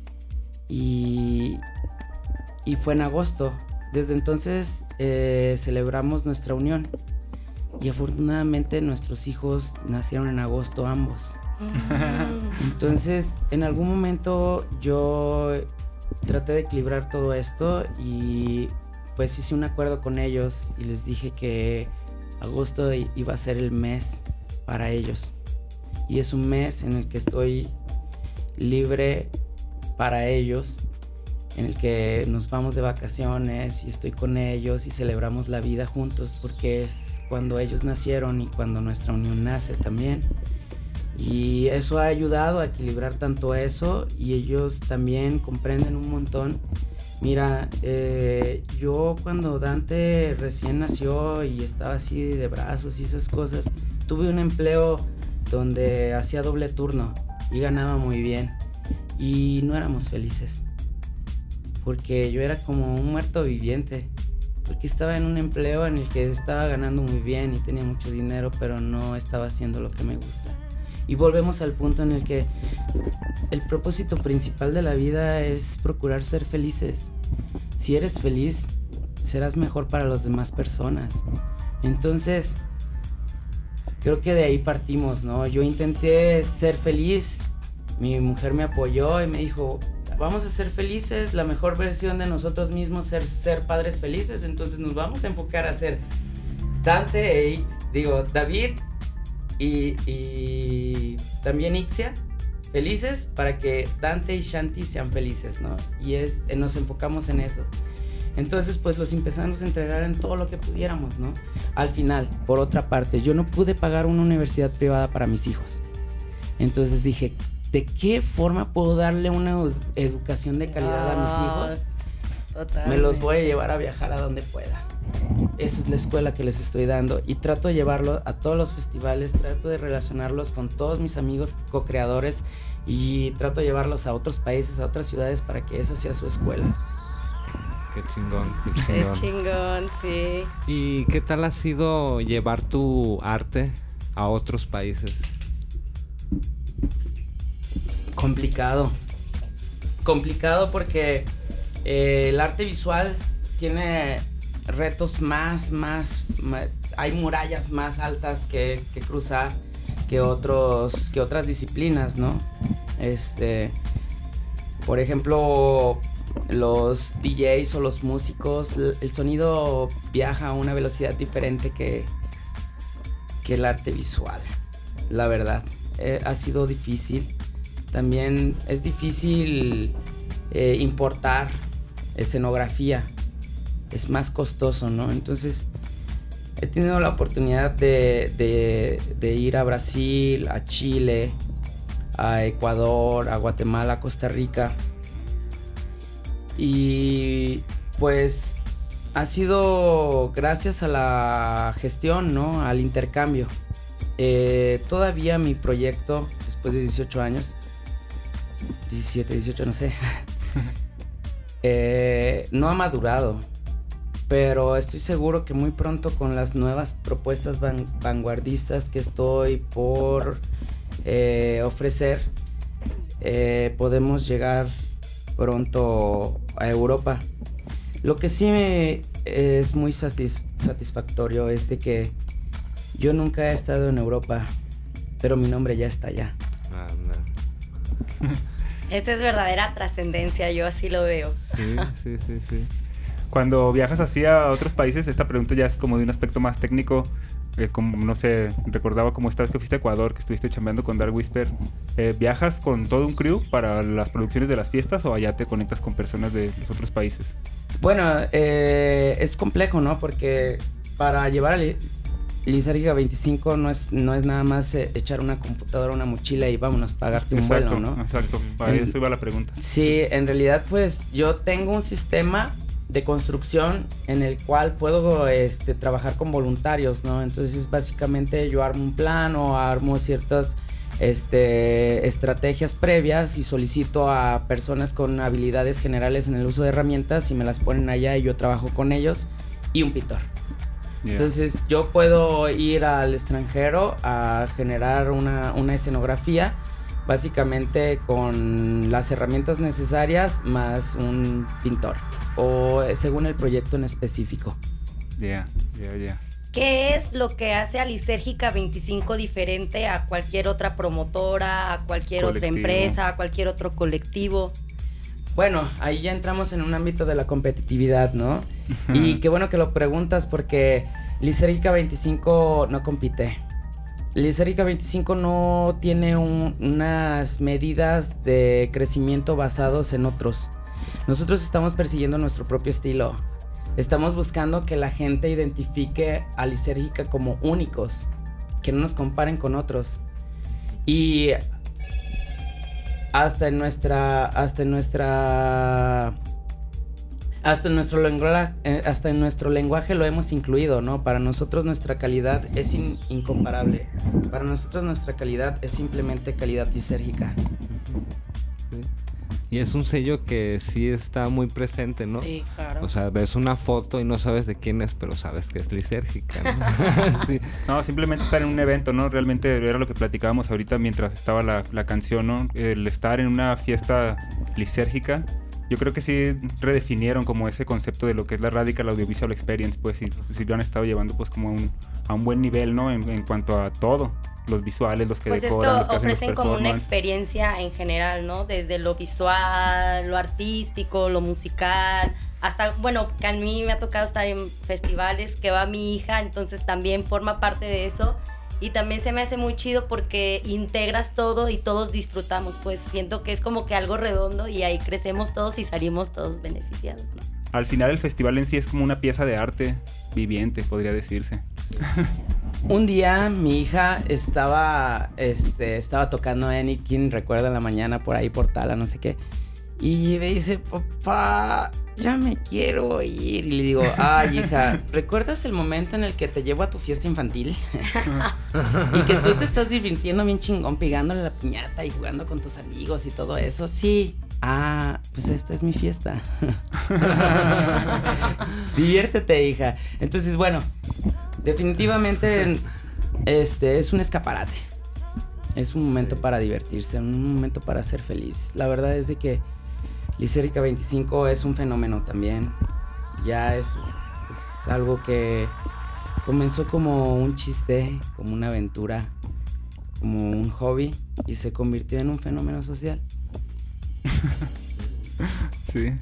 Y, y fue en agosto. Desde entonces eh, celebramos nuestra unión. Y afortunadamente nuestros hijos nacieron en agosto ambos. Mm. Entonces, en algún momento yo traté de equilibrar todo esto y pues hice un acuerdo con ellos y les dije que agosto iba a ser el mes para ellos. Y es un mes en el que estoy libre para ellos, en el que nos vamos de vacaciones y estoy con ellos y celebramos la vida juntos, porque es cuando ellos nacieron y cuando nuestra unión nace también. Y eso ha ayudado a equilibrar tanto eso y ellos también comprenden un montón. Mira, eh, yo cuando Dante recién nació y estaba así de brazos y esas cosas, tuve un empleo donde hacía doble turno y ganaba muy bien y no éramos felices porque yo era como un muerto viviente, porque estaba en un empleo en el que estaba ganando muy bien y tenía mucho dinero, pero no estaba haciendo lo que me gusta. Y volvemos al punto en el que el propósito principal de la vida es procurar ser felices. Si eres feliz, serás mejor para las demás personas. Entonces, creo que de ahí partimos, ¿no? Yo intenté ser feliz, mi mujer me apoyó y me dijo, vamos a ser felices, la mejor versión de nosotros mismos, ser, ser padres felices. Entonces nos vamos a enfocar a ser Dante e, digo, David y, y también Ixia felices para que Dante y Shanti sean felices, ¿no? Y es, nos enfocamos en eso. Entonces, pues los empezamos a entregar en todo lo que pudiéramos, ¿no? Al final, por otra parte, yo no pude pagar una universidad privada para mis hijos. Entonces dije, ¿de qué forma puedo darle una educación de calidad a mis hijos Total. Me los voy a llevar a viajar a donde pueda. Esa es la escuela que les estoy dando y trato de llevarlo a todos los festivales, trato de relacionarlos con todos mis amigos co-creadores y trato de llevarlos a otros países, a otras ciudades para que esa sea su escuela. Qué chingón, qué Qué chingón. chingón, sí. ¿Y qué tal ha sido llevar tu arte a otros países? Complicado. Complicado porque eh, el arte visual tiene retos más, más, más, hay murallas más altas que, que cruzar que otros, que otras disciplinas, ¿no? Este, por ejemplo, los D Js o los músicos, el sonido viaja a una velocidad diferente que, que el arte visual, la verdad. Eh, ha sido difícil. También es difícil eh, importar escenografía. Es más costoso, ¿no? Entonces, he tenido la oportunidad de, de, de ir a Brasil, a Chile, a Ecuador, a Guatemala, a Costa Rica. Y pues ha sido gracias a la gestión, ¿no? Al intercambio. Eh, todavía mi proyecto, después de dieciocho años, diecisiete, dieciocho, no sé, eh, no ha madurado. Pero estoy seguro que muy pronto con las nuevas propuestas van, vanguardistas que estoy por eh, ofrecer, eh, podemos llegar pronto a Europa. Lo que sí me es muy satis- satisfactorio es de que yo nunca he estado en Europa, pero mi nombre ya está allá. Ah, no. Esa es verdadera trascendencia, yo así lo veo. Sí, sí, sí, sí. Cuando viajas así a otros países, esta pregunta ya es como de un aspecto más técnico. Eh, como, no sé, recordaba como esta vez que fuiste a Ecuador, que estuviste chambeando con Dark Whisper. Eh, ¿Viajas con todo un crew para las producciones de las fiestas o allá te conectas con personas de los otros países? Bueno, eh, es complejo, ¿no? Porque para llevar a Lisérgica veinticinco no es, no es nada más eh, echar una computadora, una mochila y vámonos, pagarte un Exacto, vuelo, ¿no? Exacto, para En- eso iba la pregunta. Sí, en realidad pues yo tengo un sistema de construcción en el cual puedo este, trabajar con voluntarios, ¿no? Entonces básicamente yo armo un plan o armo ciertas este, estrategias previas y solicito a personas con habilidades generales en el uso de herramientas y me las ponen allá y yo trabajo con ellos y un pintor. Yeah. Entonces yo puedo ir al extranjero a generar una, una escenografía básicamente con las herramientas necesarias más un pintor o según el proyecto en específico. Ya, ya, ya. ¿Qué es lo que hace a Lisérgica veinticinco diferente a cualquier otra promotora, a cualquier otra Colectivo. empresa, a cualquier otro colectivo? Bueno, ahí ya entramos en un ámbito de la competitividad, ¿no? Y qué bueno que lo preguntas porque Lisérgica veinticinco no compite. Lisérgica veinticinco no tiene un- unas medidas de crecimiento basados en otros. Nosotros estamos persiguiendo nuestro propio estilo. Estamos buscando que la gente identifique a Lisérgica como únicos, que no nos comparen con otros. Y hasta en nuestra hasta en nuestra hasta en nuestro lenguaje hasta en nuestro lenguaje lo hemos incluido, ¿no? Para nosotros nuestra calidad es in- incomparable. Para nosotros nuestra calidad es simplemente calidad lisérgica. Sí. Y es un sello que sí está muy presente, ¿no? Sí, claro. O sea, ves una foto y no sabes de quién es, pero sabes que es lisérgica, ¿no? Sí. No, simplemente estar en un evento, ¿no? Realmente era lo que platicábamos ahorita mientras estaba la, la canción, ¿no? El estar en una fiesta lisérgica. Yo creo que sí redefinieron como ese concepto de lo que es la Radical Audiovisual Experience, pues sí, sí lo han estado llevando pues como a un, a un buen nivel, ¿no? En, en cuanto a todo, los visuales, los que Pues decoran, los esto que hacen los ofrecen como una performance. experiencia en general, ¿no? Desde lo visual, lo artístico, lo musical, hasta, bueno, que a mí me ha tocado estar en festivales que va mi hija, entonces también forma parte de eso. Y también se me hace muy chido porque integras todo y todos disfrutamos, pues siento que es como que algo redondo y ahí crecemos todos y salimos todos beneficiados, ¿no? Al final el festival en sí es como una pieza de arte viviente, podría decirse. Un día mi hija estaba este estaba tocando Anakin, recuerdo en la mañana por ahí por Tala, no sé qué. Y me dice, papá, ya me quiero ir. Y le digo, ay, hija, ¿recuerdas el momento en el que te llevo a tu fiesta infantil? Y que tú te estás divirtiendo bien chingón, pegándole la piñata y jugando con tus amigos y todo eso. Sí. Ah, pues esta es mi fiesta. Diviértete, hija. Entonces, bueno, definitivamente este es un escaparate. Es un momento para divertirse, un momento para ser feliz. La verdad es de que Lisérgica veinticinco es un fenómeno también. Ya es, es algo que comenzó como un chiste, como una aventura, como un hobby y se convirtió en un fenómeno social. Sí.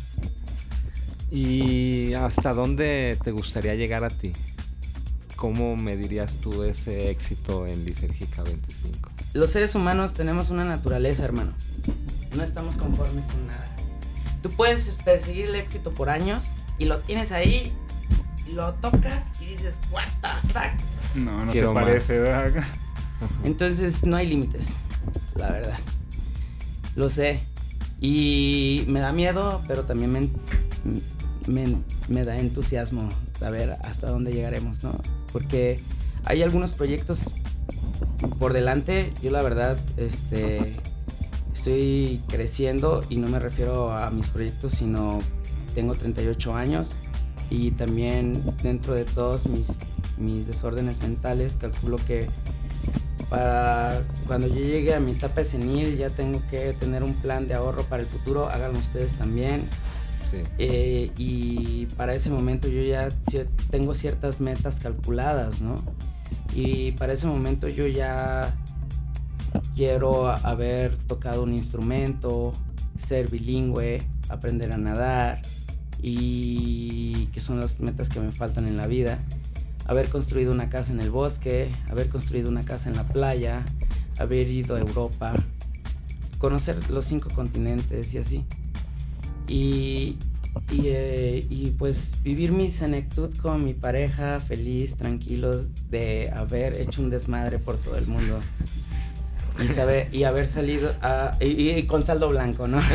¿Y hasta dónde te gustaría llegar a ti? ¿Cómo medirías tú ese éxito en Lisérgica veinticinco? Los seres humanos tenemos una naturaleza, hermano. No estamos conformes con nada. Tú puedes perseguir el éxito por años y lo tienes ahí, lo tocas y dices, what the fuck. No, no Quiero se parece, ¿verdad? Entonces no hay límites, la verdad. Lo sé. Y me da miedo, pero también me, me, me da entusiasmo saber hasta dónde llegaremos, ¿no? Porque hay algunos proyectos por delante. Yo la verdad, este... estoy creciendo y no me refiero a mis proyectos, sino tengo treinta y ocho años y también dentro de todos mis, mis desórdenes mentales calculo que para cuando yo llegue a mi etapa senil ya tengo que tener un plan de ahorro para el futuro, háganlo ustedes también. Sí. Eh, y para ese momento yo ya tengo ciertas metas calculadas, ¿no? Y para ese momento yo ya quiero haber tocado un instrumento, ser bilingüe, aprender a nadar y que son las metas que me faltan en la vida. Haber construido una casa en el bosque, haber construido una casa en la playa, haber ido a Europa, conocer los cinco continentes y así. Y, y, eh, y pues vivir mi senectud con mi pareja, feliz, tranquilos de haber hecho un desmadre por todo el mundo. Y, saber, y haber salido a, y, y con saldo blanco, ¿no?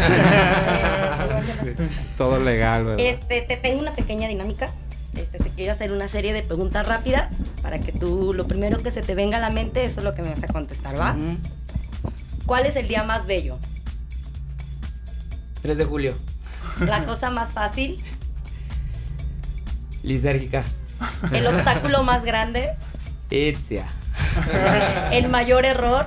Todo legal, ¿verdad? Este, te tengo una pequeña dinámica. Este, te quiero hacer una serie de preguntas rápidas para que tú, lo primero que se te venga a la mente, eso es lo que me vas a contestar, ¿va? Uh-huh. ¿Cuál es el día más bello? tres de julio. ¿La cosa más fácil? Lisérgica. ¿El obstáculo más grande? Itzia. ¿El mayor error?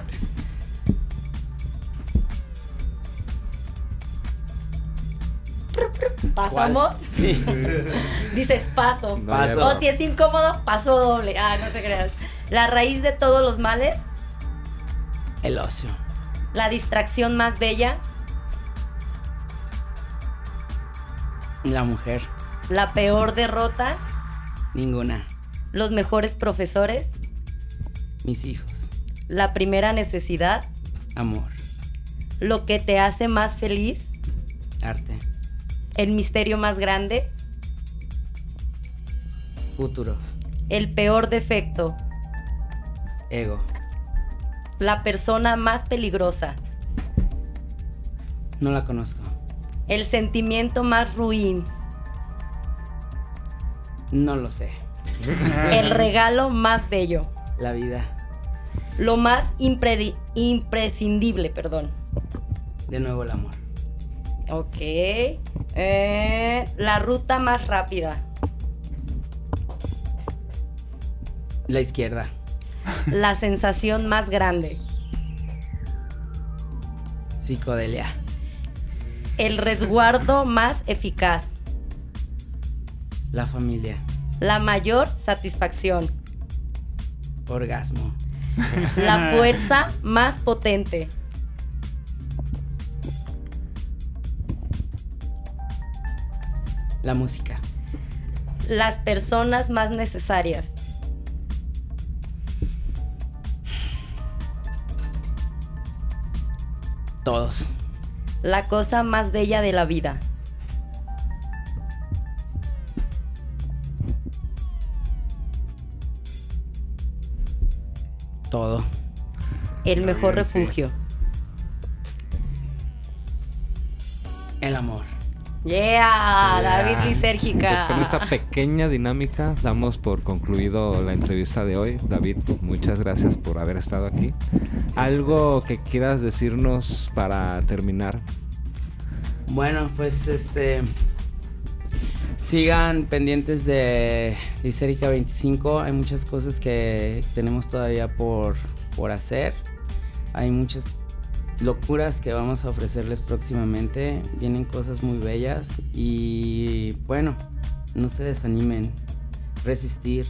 ¿Pasamos? Sí. Dices paso. No, paso. O si es incómodo, paso doble. Ah, no te creas. ¿La raíz de todos los males? El ocio. ¿La distracción más bella? La mujer. ¿La peor derrota? Ninguna. ¿Los mejores profesores? Mis hijos. ¿La primera necesidad? Amor. ¿Lo que te hace más feliz? Arte. ¿El misterio más grande? Futuro. ¿El peor defecto? Ego. ¿La persona más peligrosa? No la conozco. ¿El sentimiento más ruin? No lo sé. ¿El regalo más bello? La vida. ¿Lo más impre- imprescindible, perdón? De nuevo el amor. Ok. Eh, ¿La ruta más rápida? La izquierda. ¿La sensación más grande? Psicodelia. ¿El resguardo más eficaz? La familia. ¿La mayor satisfacción? Orgasmo. ¿La fuerza más potente? La música. ¿Las personas más necesarias? Todos. ¿La cosa más bella de la vida? Todo. El mejor bien, sí. refugio. El amor. Yeah, Yeah. David Lisérgica. Pues con esta pequeña dinámica damos por concluido la entrevista de hoy. David, muchas gracias por haber estado aquí. ¿Algo que quieras decirnos para terminar? Bueno, pues este... sigan pendientes de Lisérgica veinticinco. Hay muchas cosas que tenemos todavía por, por hacer. Hay muchas locuras que vamos a ofrecerles próximamente. Vienen cosas muy bellas y bueno, no se desanimen. Resistir.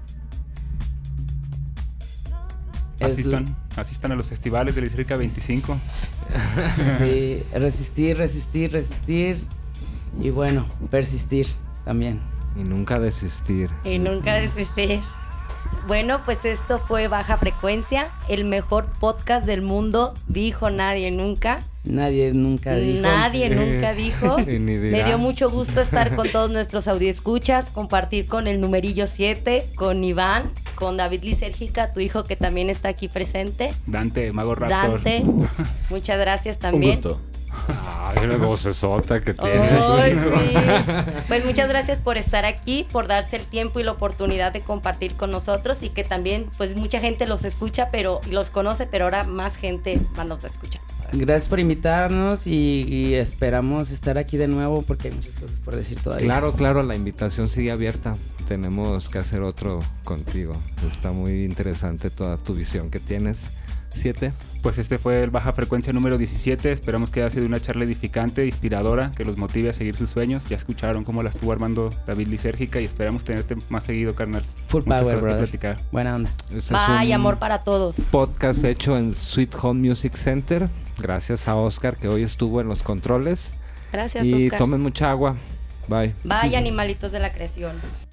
Asistan, es... asistan a los festivales de Lisérgica veinticinco. Sí, resistir, resistir, resistir y bueno, persistir también. Y nunca desistir. Y nunca desistir. Bueno, pues esto fue Baja Frecuencia, el mejor podcast del mundo, dijo nadie nunca. Nadie nunca dijo. Nadie nunca dijo. Ni dirá. Me dio mucho gusto estar con todos nuestros audioescuchas, compartir con el numerillo siete, con Iván, con David Lisérgica, tu hijo que también está aquí presente. Dante, Mago Raptor. Dante, muchas gracias también. Un gusto. Ay, la vocesota que tienes. Ay, sí. Pues muchas gracias por estar aquí, por darse el tiempo y la oportunidad de compartir con nosotros y que también, pues mucha gente los escucha, pero los conoce, pero ahora más gente nos escucha. Gracias por invitarnos y, y esperamos estar aquí de nuevo porque hay muchas cosas por decir todavía. Claro, claro, la invitación sigue abierta. Tenemos que hacer otro contigo. Está muy interesante toda tu visión que tienes. ¿Siete? Pues este fue el Baja Frecuencia número diecisiete. Esperamos que haya sido una charla edificante, inspiradora, que los motive a seguir sus sueños. Ya escucharon cómo la estuvo armando David Lisérgica y esperamos tenerte más seguido, carnal. Full Muchas power, cosas que brother. platicar. Buena onda. Este Bye, es un amor para todos. podcast hecho en Sweet Home Music Center. Gracias a Oscar que hoy estuvo en los controles. Gracias, Y Oscar. tomen mucha agua. Bye. Bye, animalitos de la creación.